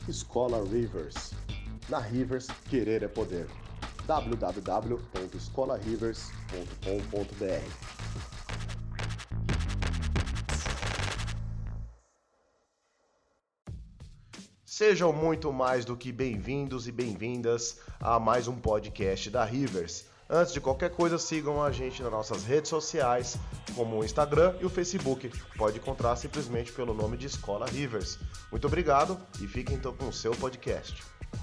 Escola Rivers. Na Rivers, querer é poder. www.escolarivers.com.br. Sejam muito mais do que bem-vindos e bem-vindas a mais um podcast da Rivers. Antes de qualquer coisa, sigam a gente nas nossas redes sociais, como o Instagram e o Facebook. Pode encontrar simplesmente pelo nome de Escola Rivers. Muito obrigado e fiquem então com o seu podcast.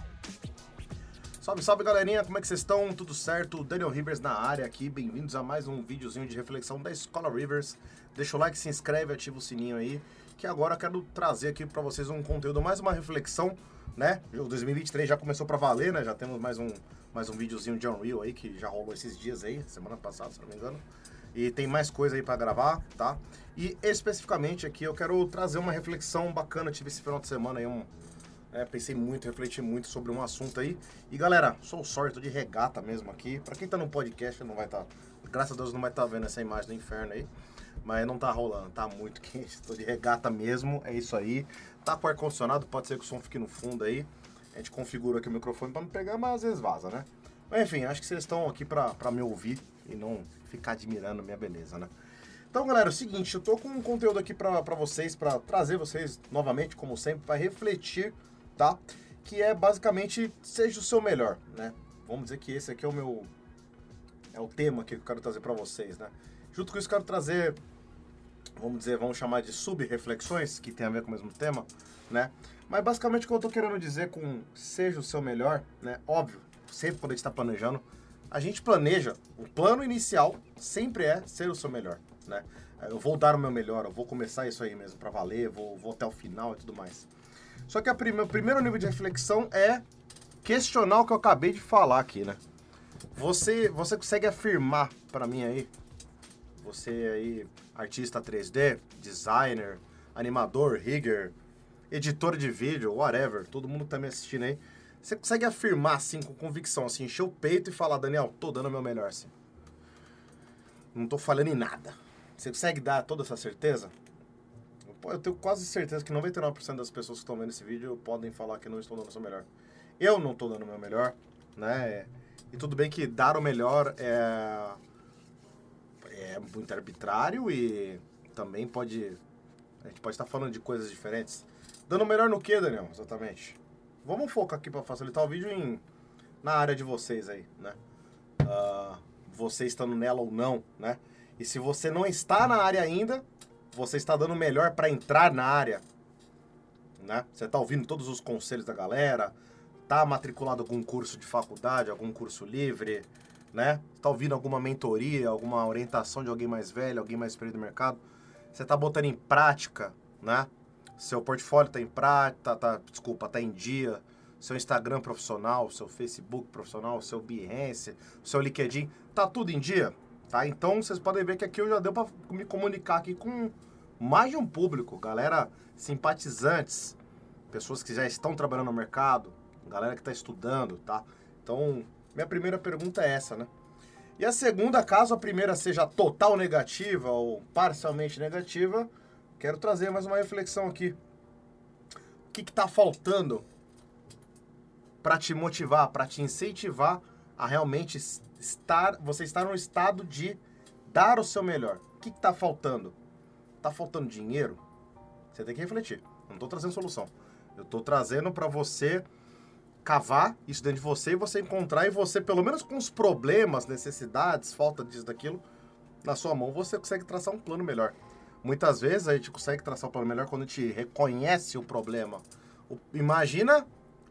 Salve, salve galerinha, como é que vocês estão? Tudo certo? Daniel Rivers na área aqui, bem-vindos a mais um videozinho de reflexão da Escola Rivers. Deixa o like, se inscreve, ativa o sininho aí, que agora eu quero trazer aqui pra vocês um conteúdo, mais uma reflexão, né? O 2023 já começou pra valer, né? Já temos mais um videozinho de Unreal aí, que já rolou esses dias aí, semana passada, se não me engano. E tem mais coisa aí pra gravar, tá? E especificamente aqui eu quero trazer uma reflexão bacana, tive esse final de semana aí pensei muito, refleti muito sobre um assunto aí. E galera, sou sorte, tô de regata mesmo aqui. Pra quem tá no podcast não vai estar, graças a Deus não vai estar vendo essa imagem do inferno aí. Mas não tá rolando, tá muito quente, tô de regata mesmo, é isso aí. Tá com ar-condicionado, pode ser que o som fique no fundo aí. A gente configura aqui o microfone pra não pegar, mas às vezes vaza, né? Mas enfim, acho que vocês estão aqui pra me ouvir e não ficar admirando minha beleza, né? Então galera, é o seguinte, eu tô com um conteúdo aqui pra vocês, pra trazer vocês novamente, como sempre, pra refletir, tá? Que é basicamente, seja o seu melhor, né? Vamos dizer que esse aqui é o tema que eu quero trazer pra vocês, né? Junto com isso, eu quero trazer, vamos chamar de sub-reflexões, que tem a ver com o mesmo tema, né? Mas basicamente o que eu tô querendo dizer com seja o seu melhor, né? Óbvio, sempre quando a gente tá planejando, a gente planeja, o plano inicial sempre é ser o seu melhor, né? Eu vou dar o meu melhor, eu vou começar isso aí mesmo pra valer, vou até o final e tudo mais. Só que o primeiro nível de reflexão é questionar o que eu acabei de falar aqui, né? Você consegue afirmar pra mim aí, você aí, artista 3D, designer, animador, rigger, editor de vídeo, whatever, todo mundo que tá me assistindo aí, você consegue afirmar assim, com convicção, assim, encher o peito e falar, Daniel, tô dando o meu melhor, assim. Não tô falhando em nada. Você consegue dar toda essa certeza? Eu tenho quase certeza que 99% das pessoas que estão vendo esse vídeo podem falar que não estão dando o seu melhor. Eu não estou dando o meu melhor, né? E tudo bem que dar o melhor é muito arbitrário e também a gente pode estar falando de coisas diferentes. Dando o melhor no que, Daniel? Exatamente. Vamos focar aqui para facilitar o vídeo na área de vocês aí, né? Você estando nela ou não, né? E se você não está na área ainda, você está dando o melhor para entrar na área, né? Você está ouvindo todos os conselhos da galera, tá matriculado em algum curso de faculdade, algum curso livre, né? Está ouvindo alguma mentoria, alguma orientação de alguém mais velho, alguém mais experiente no mercado. Você está botando em prática, né? Seu portfólio está em prática, tá em dia. Seu Instagram profissional, seu Facebook profissional, seu Behance, seu LinkedIn, tá tudo em dia? Tá? Então vocês podem ver que aqui eu já deu para me comunicar aqui com mais de um público, galera simpatizantes, pessoas que já estão trabalhando no mercado, galera que está estudando, tá? Então, minha primeira pergunta é essa, né? E a segunda, caso a primeira seja total negativa ou parcialmente negativa, quero trazer mais uma reflexão aqui. O que está faltando para te motivar, para te incentivar a realmente você estar no estado de dar o seu melhor? O que está faltando? Tá faltando dinheiro? Você tem que refletir. Eu não tô trazendo solução. Eu tô trazendo para você cavar isso dentro de você e você encontrar, e você, pelo menos com os problemas, necessidades, falta disso, daquilo, na sua mão, você consegue traçar um plano melhor. Muitas vezes a gente consegue traçar um plano melhor quando a gente reconhece o problema. Imagina,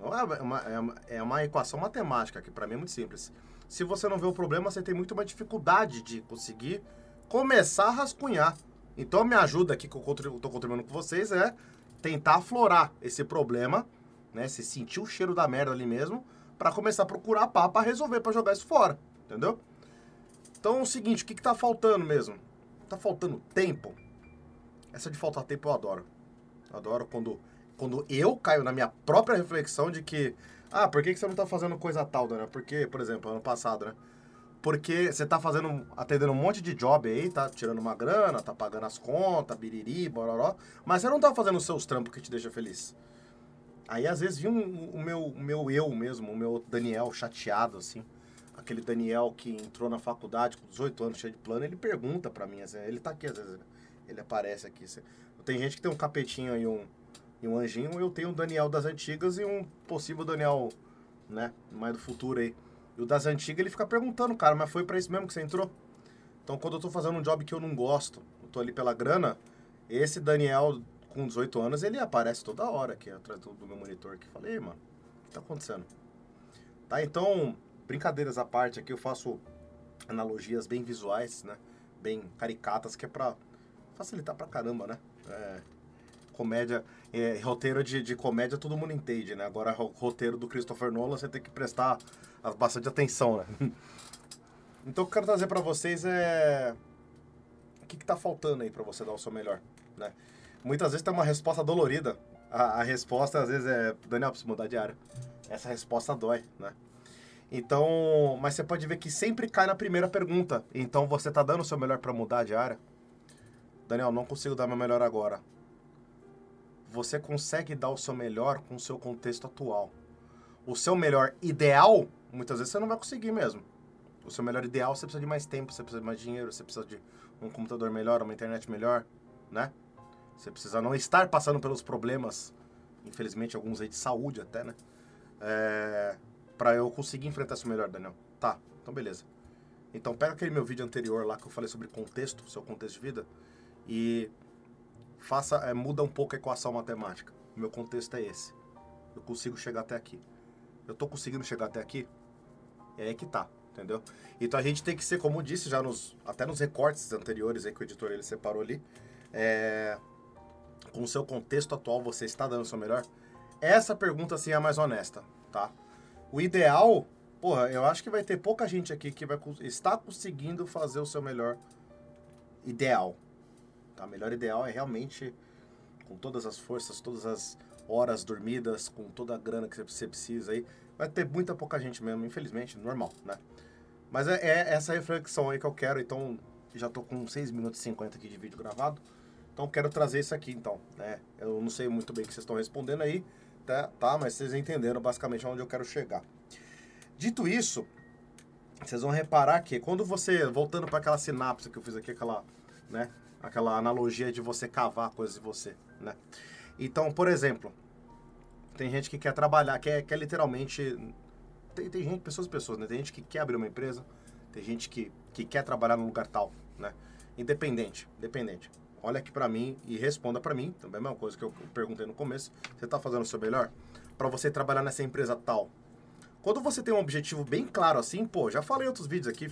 é uma equação matemática, que para mim é muito simples. Se você não vê o problema, você tem muito mais dificuldade de conseguir começar a rascunhar. Então a minha ajuda aqui que eu tô contribuindo com vocês é tentar aflorar esse problema, né? Se sentir o cheiro da merda ali mesmo, para começar a procurar pá pra resolver, pra jogar isso fora, entendeu? Então é o seguinte, o que tá faltando mesmo? Tá faltando tempo? Essa de faltar tempo eu adoro. Adoro quando eu caio na minha própria reflexão de que, por que você não tá fazendo coisa tal, Daniel? Porque, por exemplo, ano passado, né? Porque você tá atendendo um monte de job aí, tá tirando uma grana, tá pagando as contas, biriri, bororó, mas você não tá fazendo os seus trampos que te deixa feliz. Aí, às vezes, o meu eu mesmo, o meu Daniel chateado, assim. Aquele Daniel que entrou na faculdade com 18 anos, cheio de plano, ele pergunta pra mim, assim, ele tá aqui, às vezes, ele aparece aqui. Assim. Tem gente que tem um capetinho e um anjinho, eu tenho um Daniel das antigas e um possível Daniel, né, mais do futuro aí. E o das antigas, ele fica perguntando, cara, mas foi pra isso mesmo que você entrou? Então, quando eu tô fazendo um job que eu não gosto, eu tô ali pela grana, esse Daniel com 18 anos, ele aparece toda hora aqui atrás do meu monitor aqui. Falei, mano, o que tá acontecendo? Tá, então, brincadeiras à parte aqui, eu faço analogias bem visuais, né? Bem caricatas, que é pra facilitar pra caramba, né? Comédia, roteiro de comédia todo mundo entende, né? Agora, roteiro do Christopher Nolan, você tem que prestar bastante atenção, né? Então, o que eu quero trazer pra vocês é... O que tá faltando aí pra você dar o seu melhor, né? Muitas vezes tem uma resposta dolorida. A resposta, às vezes, é... Daniel, preciso mudar de área. Essa resposta dói, né? Então... Mas você pode ver que sempre cai na primeira pergunta. Então, você tá dando o seu melhor pra mudar de área? Daniel, não consigo dar meu melhor agora. Você consegue dar o seu melhor com o seu contexto atual. O seu melhor ideal, muitas vezes você não vai conseguir mesmo. O seu melhor ideal, você precisa de mais tempo, você precisa de mais dinheiro, você precisa de um computador melhor, uma internet melhor, né? Você precisa não estar passando pelos problemas, infelizmente alguns aí de saúde até, né? Pra eu conseguir enfrentar isso melhor, Daniel. Tá, então beleza. Então pega aquele meu vídeo anterior lá que eu falei sobre contexto, seu contexto de vida, e muda um pouco a equação matemática. O meu contexto é esse. Eu consigo chegar até aqui. Eu tô conseguindo chegar até aqui? É aí que tá, entendeu? Então a gente tem que ser, como eu disse já até nos recortes anteriores aí que o editor ele separou ali, com o seu contexto atual, você está dando o seu melhor? Essa pergunta, assim, é a mais honesta, tá? O ideal, porra, eu acho que vai ter pouca gente aqui que vai estar conseguindo fazer o seu melhor ideal. Tá? O melhor ideal é realmente, com todas as forças, todas as horas dormidas, com toda a grana que você precisa aí, vai ter muita pouca gente mesmo, infelizmente, normal, né? Mas é essa reflexão aí que eu quero, então, já tô com 6 minutos e 50 aqui de vídeo gravado. Então, quero trazer isso aqui, então, né? Eu não sei muito bem o que vocês estão respondendo aí, tá? Mas vocês entenderam basicamente onde eu quero chegar. Dito isso, vocês vão reparar que quando você, voltando para aquela sinapse que eu fiz aqui, aquela analogia de você cavar coisas de você, né? Então, por exemplo, tem gente que quer trabalhar, quer literalmente... Tem gente, pessoas, né? Tem gente que quer abrir uma empresa, tem gente que quer trabalhar num lugar tal, né? Independente. Olha aqui pra mim e responda pra mim, também é a mesma coisa que eu perguntei no começo. Você tá fazendo o seu melhor pra você trabalhar nessa empresa tal? Quando você tem um objetivo bem claro assim, pô, já falei em outros vídeos aqui,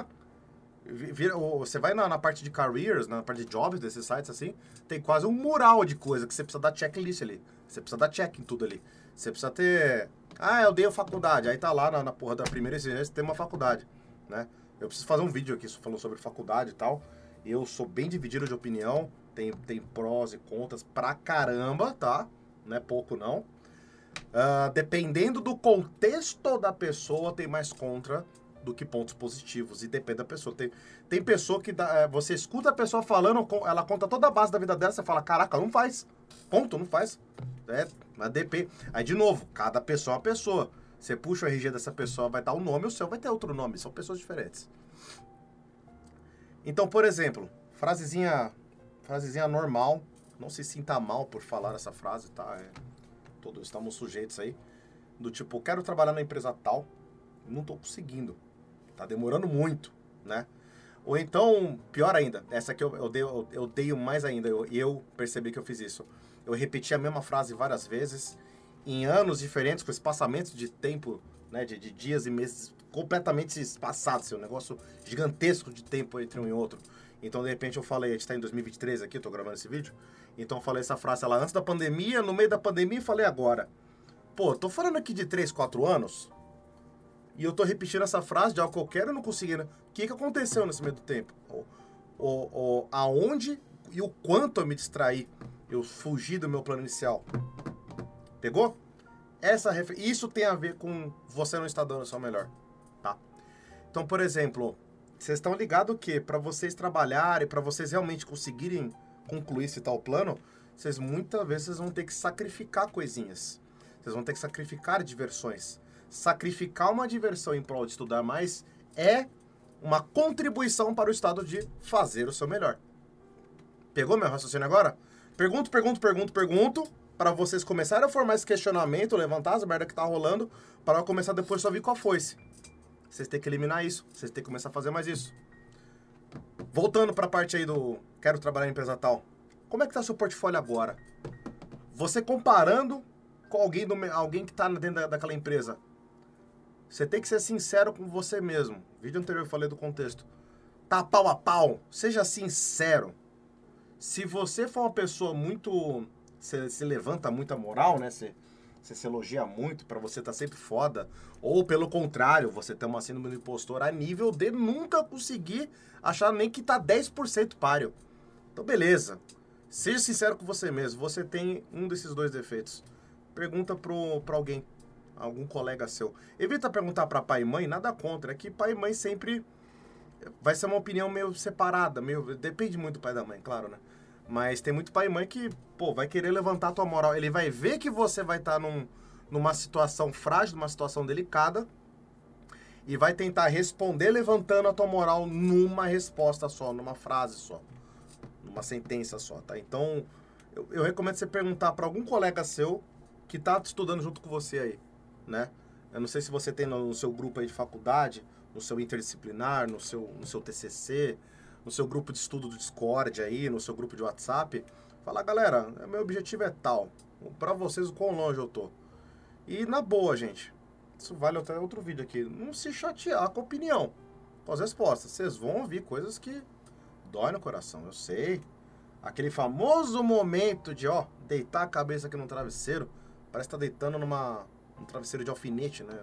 você vai na parte de careers, na parte de jobs desses sites assim, tem quase um mural de coisa que você precisa dar checklist ali. Você precisa dar check em tudo ali. Você precisa ter... eu dei a faculdade. Aí tá lá na porra da primeira exigência, tem uma faculdade, né? Eu preciso fazer um vídeo aqui falando sobre faculdade e tal. Eu sou bem dividido de opinião. Tem prós e contras pra caramba, tá? Não é pouco, não. Dependendo do contexto da pessoa, tem mais contra do que pontos positivos. E depende da pessoa. Tem pessoa que você escuta a pessoa falando, ela conta toda a base da vida dela, você fala, caraca, não faz. Ponto, não faz. Mas depende. Aí, de novo, cada pessoa é uma pessoa. Você puxa o RG dessa pessoa, vai dar um nome, o seu vai ter outro nome. São pessoas diferentes. Então, por exemplo, frasezinha normal. Não se sinta mal por falar essa frase, tá? Todos estamos sujeitos aí. Do tipo, quero trabalhar na empresa tal, não tô conseguindo. Tá demorando muito, né? Ou então, pior ainda, essa aqui eu odeio mais ainda. Eu percebi que eu fiz isso. Eu repeti a mesma frase várias vezes, em anos diferentes, com espaçamentos de tempo, né, de dias e meses completamente espaçados, um negócio gigantesco de tempo entre um e outro. Então, de repente, eu falei, a gente tá em 2023 aqui, eu tô gravando esse vídeo, então eu falei essa frase lá antes da pandemia, no meio da pandemia, e falei agora. Pô, tô falando aqui de 3, 4 anos, e eu tô repetindo essa frase de algo que eu quero e não consegui, né? O que aconteceu nesse meio do tempo? Aonde e o quanto eu me distraí, eu fugi do meu plano inicial. Pegou? Isso tem a ver com você não estar dando o seu melhor, tá? Então, por exemplo, vocês estão ligados que para vocês trabalharem, para vocês realmente conseguirem concluir esse tal plano, muitas vezes vão ter que sacrificar coisinhas. Vocês vão ter que sacrificar diversões. Sacrificar uma diversão em prol de estudar mais é uma contribuição para o estado de fazer o seu melhor. Pegou meu raciocínio agora? Pergunto, para vocês começarem a formar esse questionamento, levantar as merdas que tá rolando, para eu começar depois só vir com a foice. Vocês têm que eliminar isso, vocês têm que começar a fazer mais isso. Voltando para a parte aí do quero trabalhar em empresa tal. Como é que tá seu portfólio agora? Você comparando com alguém que está dentro daquela empresa. Você tem que ser sincero com você mesmo. No vídeo anterior eu falei do contexto. Tá pau a pau. Seja sincero. Se você for uma pessoa muito... Você se levanta muita moral, né? Você se elogia muito pra você tá sempre foda. Ou pelo contrário, você tem uma síndrome do impostor a nível de nunca conseguir achar nem que tá 10% páreo. Então beleza. Seja sincero com você mesmo. Você tem um desses dois defeitos. Pergunta pra alguém. Algum colega seu. Evita perguntar pra pai e mãe, nada contra. É que pai e mãe sempre vai ser uma opinião meio separada, depende muito do pai e da mãe, claro, né? Mas tem muito pai e mãe que, pô, vai querer levantar a tua moral. Ele vai ver que você vai estar numa situação frágil, numa situação delicada, e vai tentar responder levantando a tua moral numa resposta só, numa frase só, numa sentença só, tá? Então, eu recomendo você perguntar pra algum colega seu que tá estudando junto com você aí, né? Eu não sei se você tem no seu grupo aí de faculdade, no seu interdisciplinar, no seu TCC, no seu grupo de estudo do Discord aí, no seu grupo de WhatsApp. Fala, galera, meu objetivo é tal. Pra vocês, o quão longe eu tô. E na boa, gente, isso vale até outro vídeo aqui. Não se chatear com a opinião, com as respostas. Vocês vão ouvir coisas que dói no coração, eu sei. Aquele famoso momento de, ó, deitar a cabeça aqui no travesseiro. Parece que tá deitando num travesseiro de alfinete, né?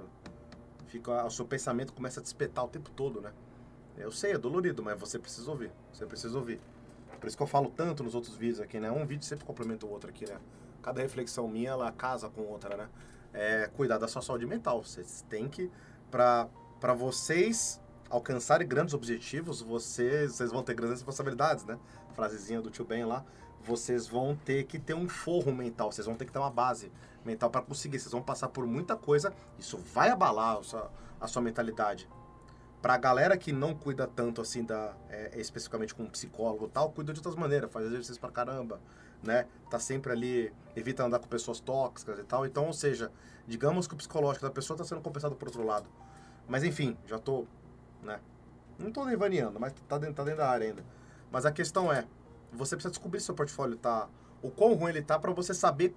O seu pensamento começa a despetar o tempo todo, né? Eu sei, é dolorido, mas você precisa ouvir. Você precisa ouvir. Por isso que eu falo tanto nos outros vídeos aqui, né? Um vídeo sempre complementa o outro aqui, né? Cada reflexão minha, ela casa com outra, né? É cuidar da sua saúde mental. Vocês têm que... Pra vocês alcançarem grandes objetivos, vocês vão ter grandes responsabilidades, né? Frasezinha do tio Ben lá. Vocês vão ter que ter um forro mental. Vocês vão ter que ter uma base mental para conseguir. Vocês vão passar por muita coisa. Isso vai abalar a sua mentalidade. Pra galera que não cuida tanto assim especificamente com um psicólogo e tal, cuida de outras maneiras, faz exercício pra caramba, né? Tá sempre ali, evita andar com pessoas tóxicas e tal. Então, ou seja, digamos que o psicológico da pessoa tá sendo compensado por outro lado. Mas enfim, já tô, né? Não tô devaneando, mas tá dentro da área ainda. Mas a questão é, você precisa descobrir se seu portfólio tá... O quão ruim ele tá pra você saber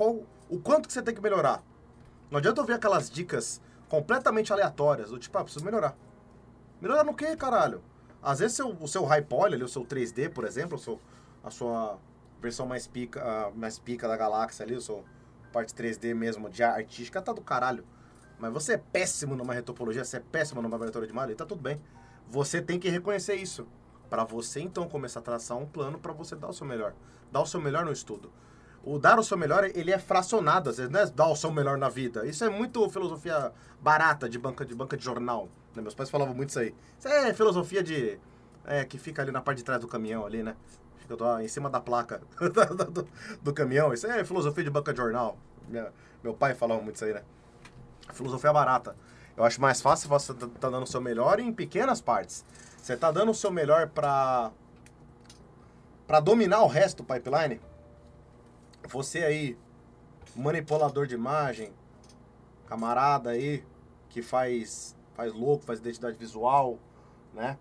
o quanto que você tem que melhorar. Não adianta eu ver aquelas dicas completamente aleatórias, do tipo, preciso melhorar. Melhorar no quê, caralho? Às vezes o seu high poly, ali, o seu 3D, por exemplo, a sua versão mais pica da galáxia ali, a sua parte 3D mesmo, de artística, tá do caralho. Mas você é péssimo numa retopologia, você é péssimo numa leitura de malha, tá tudo bem. Você tem que reconhecer isso. Pra você, então, começar a traçar um plano pra você dar o seu melhor. Dar o seu melhor no estudo. O dar o seu melhor, ele é fracionado, às vezes, não é dar o seu melhor na vida. Isso é muito filosofia barata de banca de jornal. Né? Meus pais falavam muito isso aí. Isso é filosofia que fica ali na parte de trás do caminhão ali, né? Fica em cima da placa do caminhão. Isso é filosofia de banca de jornal. Meu pai falava muito isso aí, né? Filosofia barata. Eu acho mais fácil você tá dando o seu melhor em pequenas partes. Você tá dando o seu melhor pra dominar o resto do pipeline. Você aí, manipulador de imagem, camarada aí, que faz louco, faz identidade visual, né?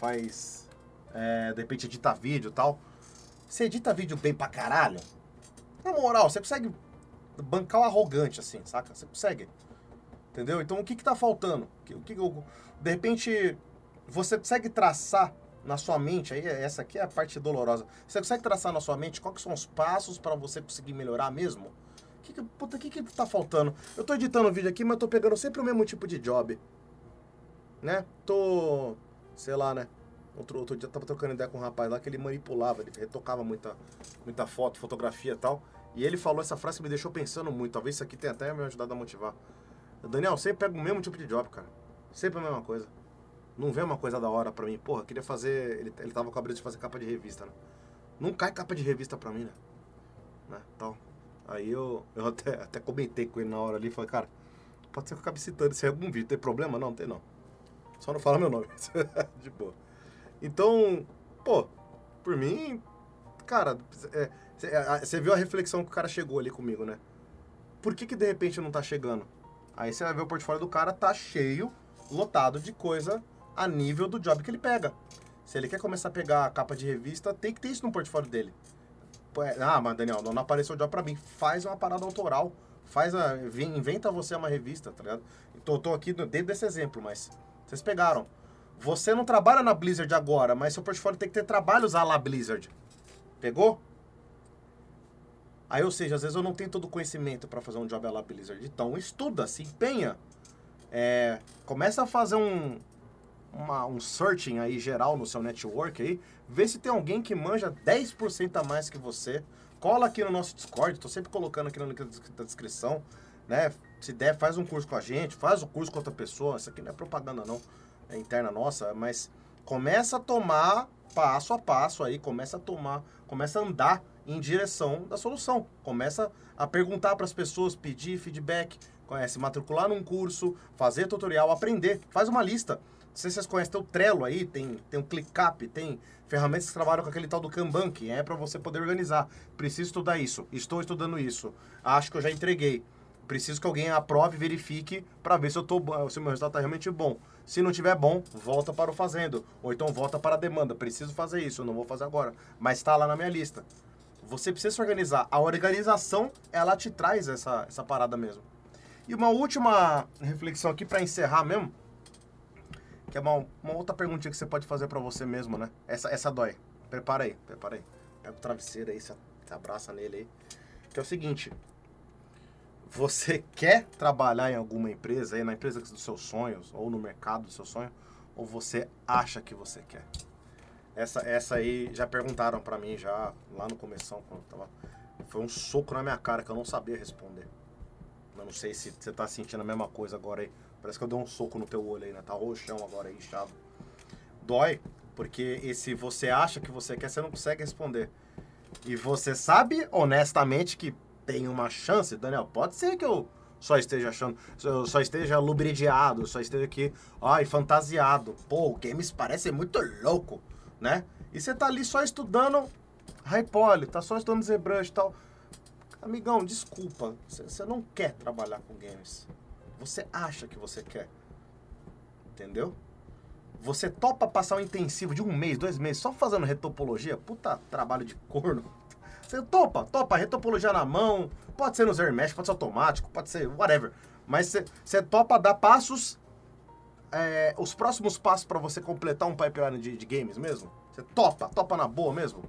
De repente edita vídeo e tal. Você edita vídeo bem pra caralho? Na moral, você consegue bancar o arrogante assim, saca? Você consegue. Entendeu? Então o que tá faltando? De repente, você consegue traçar na sua mente, aí essa aqui é a parte dolorosa. Você consegue traçar na sua mente quais são os passos para você conseguir melhorar mesmo? O que tá faltando? Eu tô editando o vídeo aqui, mas tô pegando sempre o mesmo tipo de job. Né? Sei lá, né? Outro dia eu tava trocando ideia com um rapaz lá que ele manipulava, ele retocava muita foto, fotografia e tal. E ele falou essa frase que me deixou pensando muito. Talvez isso aqui tenha até me ajudado a motivar. Daniel, sempre pega o mesmo tipo de job, cara. Sempre a mesma coisa. Não vê uma coisa da hora pra mim. Porra, queria fazer... Ele tava com a brisa de fazer capa de revista, né? Não cai capa de revista pra mim, né? Tal. Aí eu até comentei com ele na hora ali, falei, cara, pode ser que eu acabe citando isso em algum vídeo, tem problema? Não, tem não. Só não fala meu nome. De boa. Então, pô, por mim, cara, você viu a reflexão que o cara chegou ali comigo, né? Por que de repente não tá chegando? Aí você vai ver o portfólio do cara, tá cheio, lotado de coisa a nível do job que ele pega. Se ele quer começar a pegar a capa de revista, tem que ter isso no portfólio dele. Mas Daniel, não apareceu o job pra mim. Faz uma parada autoral. Inventa você uma revista, tá ligado? Tô aqui dentro desse exemplo, mas vocês pegaram. Você não trabalha na Blizzard agora, mas seu portfólio tem que ter trabalhos à la Blizzard. Pegou? Aí, ou seja, às vezes eu não tenho todo o conhecimento pra fazer um job à la Blizzard. Então, estuda, se empenha. Começa a fazer um searching aí geral no seu network aí. Vê se tem alguém que manja 10% a mais que você. Cola aqui no nosso Discord, tô sempre colocando aqui na descrição, né? Se der, faz um curso com a gente, faz o curso com outra pessoa. Isso aqui não é propaganda não, é interna nossa, mas começa a tomar passo a passo aí, começa a andar em direção da solução. Começa a perguntar para as pessoas, pedir feedback, se matricular num curso, fazer tutorial, aprender, faz uma lista. Não sei se vocês conhecem, tem o Trello aí, tem o ClickUp, tem ferramentas que trabalham com aquele tal do Kanban, que é para você poder organizar. Preciso estudar isso, estou estudando isso, acho que eu já entreguei. Preciso que alguém aprove e verifique para ver se o meu resultado está realmente bom. Se não tiver bom, volta para o fazendo. Ou então volta para a demanda. Preciso fazer isso, eu não vou fazer agora. Mas está lá na minha lista. Você precisa se organizar. A organização, ela te traz essa parada mesmo. E uma última reflexão aqui para encerrar mesmo. Que é uma outra perguntinha que você pode fazer para você mesmo, né? Essa dói. Prepara aí. Pega o travesseiro aí, você abraça nele aí. Que é o seguinte. Você quer trabalhar em alguma empresa, aí na empresa dos seus sonhos, ou no mercado do seu sonho, ou você acha que você quer? Essa aí já perguntaram pra mim já lá no começo, quando foi um soco na minha cara que eu não sabia responder. Eu não sei se você tá sentindo a mesma coisa agora aí. Parece que eu dei um soco no teu olho aí, né? Tá roxão agora aí, inchado. Dói, porque esse você acha que você quer, você não consegue responder. E você sabe honestamente que tem uma chance, Daniel, pode ser que eu só esteja achando, eu só esteja lubridiado, só esteja aqui, fantasiado. Pô, o games parece muito louco, né? E você tá ali só estudando Hypole, tá só estudando ZBrush e tal. Amigão, desculpa, você não quer trabalhar com games. Você acha que você quer. Entendeu? Você topa passar um intensivo de 1 mês, 2 meses, só fazendo retopologia? Puta trabalho de corno. Você topa, retopologia na mão, pode ser no Zero Mesh, pode ser automático, pode ser whatever. Mas você topa dar passos, os próximos passos para você completar um pipeline de games mesmo? Você topa na boa mesmo?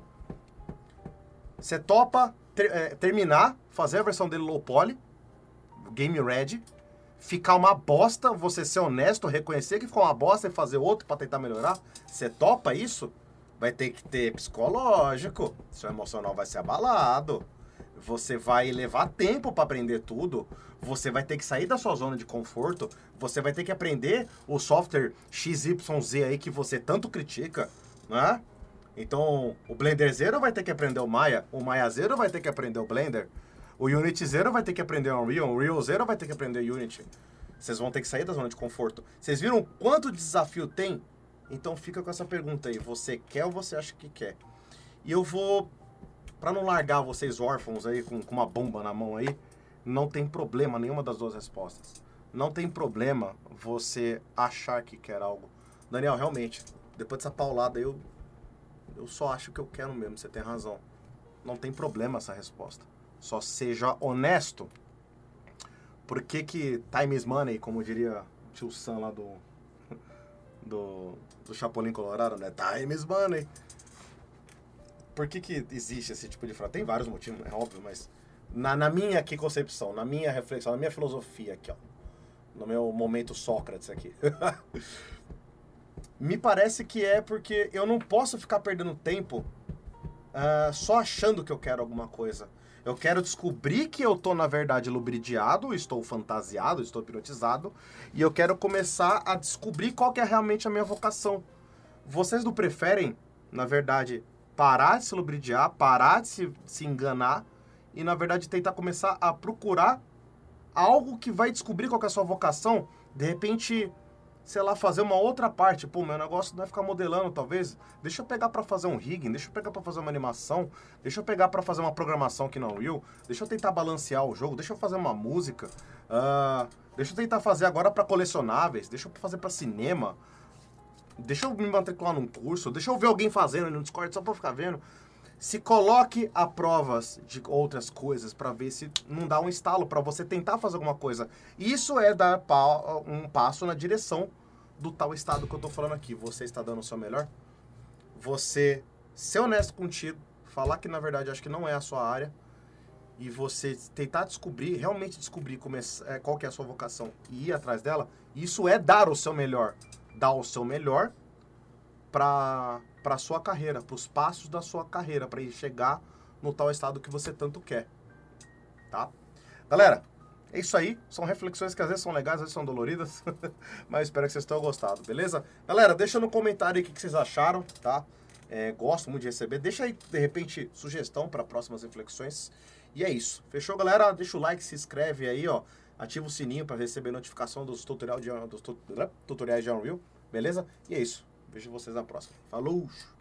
Você topa terminar, fazer a versão dele low poly, game ready, ficar uma bosta, você ser honesto, reconhecer que ficou uma bosta e fazer outro para tentar melhorar? Você topa isso? Vai ter que ter psicológico, seu emocional vai ser abalado, você vai levar tempo para aprender tudo, você vai ter que sair da sua zona de conforto, você vai ter que aprender o software XYZ aí que você tanto critica, né? Então, o Blender Zero vai ter que aprender o Maya Zero vai ter que aprender o Blender, o Unity Zero vai ter que aprender o Unreal Zero vai ter que aprender o Unity. Vocês vão ter que sair da zona de conforto. Vocês viram quanto desafio tem? Então fica com essa pergunta aí, você quer ou você acha que quer? E eu vou, pra não largar vocês órfãos aí com uma bomba na mão aí, não tem problema nenhuma das duas respostas. Não tem problema você achar que quer algo. Daniel, realmente, depois dessa paulada eu só acho que eu quero mesmo, você tem razão. Não tem problema essa resposta. Só seja honesto. Por que time is money, como diria o tio Sam lá do Chapolin Colorado, né? Time is money. Por que existe esse tipo de frase? Tem vários motivos, é óbvio, mas na minha aqui concepção, na minha reflexão, na minha filosofia aqui, ó, no meu momento Sócrates aqui, me parece que é porque eu não posso ficar perdendo tempo só achando que eu quero alguma coisa. Eu quero descobrir que eu tô, na verdade, lubridiado, estou fantasiado, estou hipnotizado, e eu quero começar a descobrir qual que é realmente a minha vocação. Vocês não preferem, na verdade, parar de se lubridiar, parar de se enganar e, na verdade, tentar começar a procurar algo que vai descobrir qual que é a sua vocação, de repente, sei lá, fazer uma outra parte. Pô, meu negócio não é ficar modelando, talvez. Deixa eu pegar pra fazer um rigging, deixa eu pegar pra fazer uma animação, deixa eu pegar pra fazer uma programação aqui na Unreal, deixa eu tentar balancear o jogo, deixa eu fazer uma música, deixa eu tentar fazer agora pra colecionáveis, deixa eu fazer pra cinema, deixa eu me matricular num curso, deixa eu ver alguém fazendo no Discord só pra ficar vendo. Se coloque a provas de outras coisas para ver se não dá um estalo para você tentar fazer alguma coisa. Isso é dar um passo na direção do tal estado que eu tô falando aqui. Você está dando o seu melhor? Você ser honesto contigo, falar que na verdade acho que não é a sua área e você tentar descobrir, realmente descobrir qual que é a sua vocação e ir atrás dela, isso é dar o seu melhor. Dar o seu melhor para a sua carreira, para os passos da sua carreira, para ir chegar no tal estado que você tanto quer, tá? Galera, é isso aí. São reflexões que às vezes são legais, às vezes são doloridas, mas espero que vocês tenham gostado, beleza? Galera, deixa no comentário aí o que vocês acharam, tá? Gosto muito de receber. Deixa aí, de repente, sugestão para próximas reflexões. E é isso. Fechou, galera? Deixa o like, se inscreve aí, ó. Ativa o sininho para receber notificação dos tutoriais de Unreal, beleza? E é isso. Vejo vocês na próxima. Falou!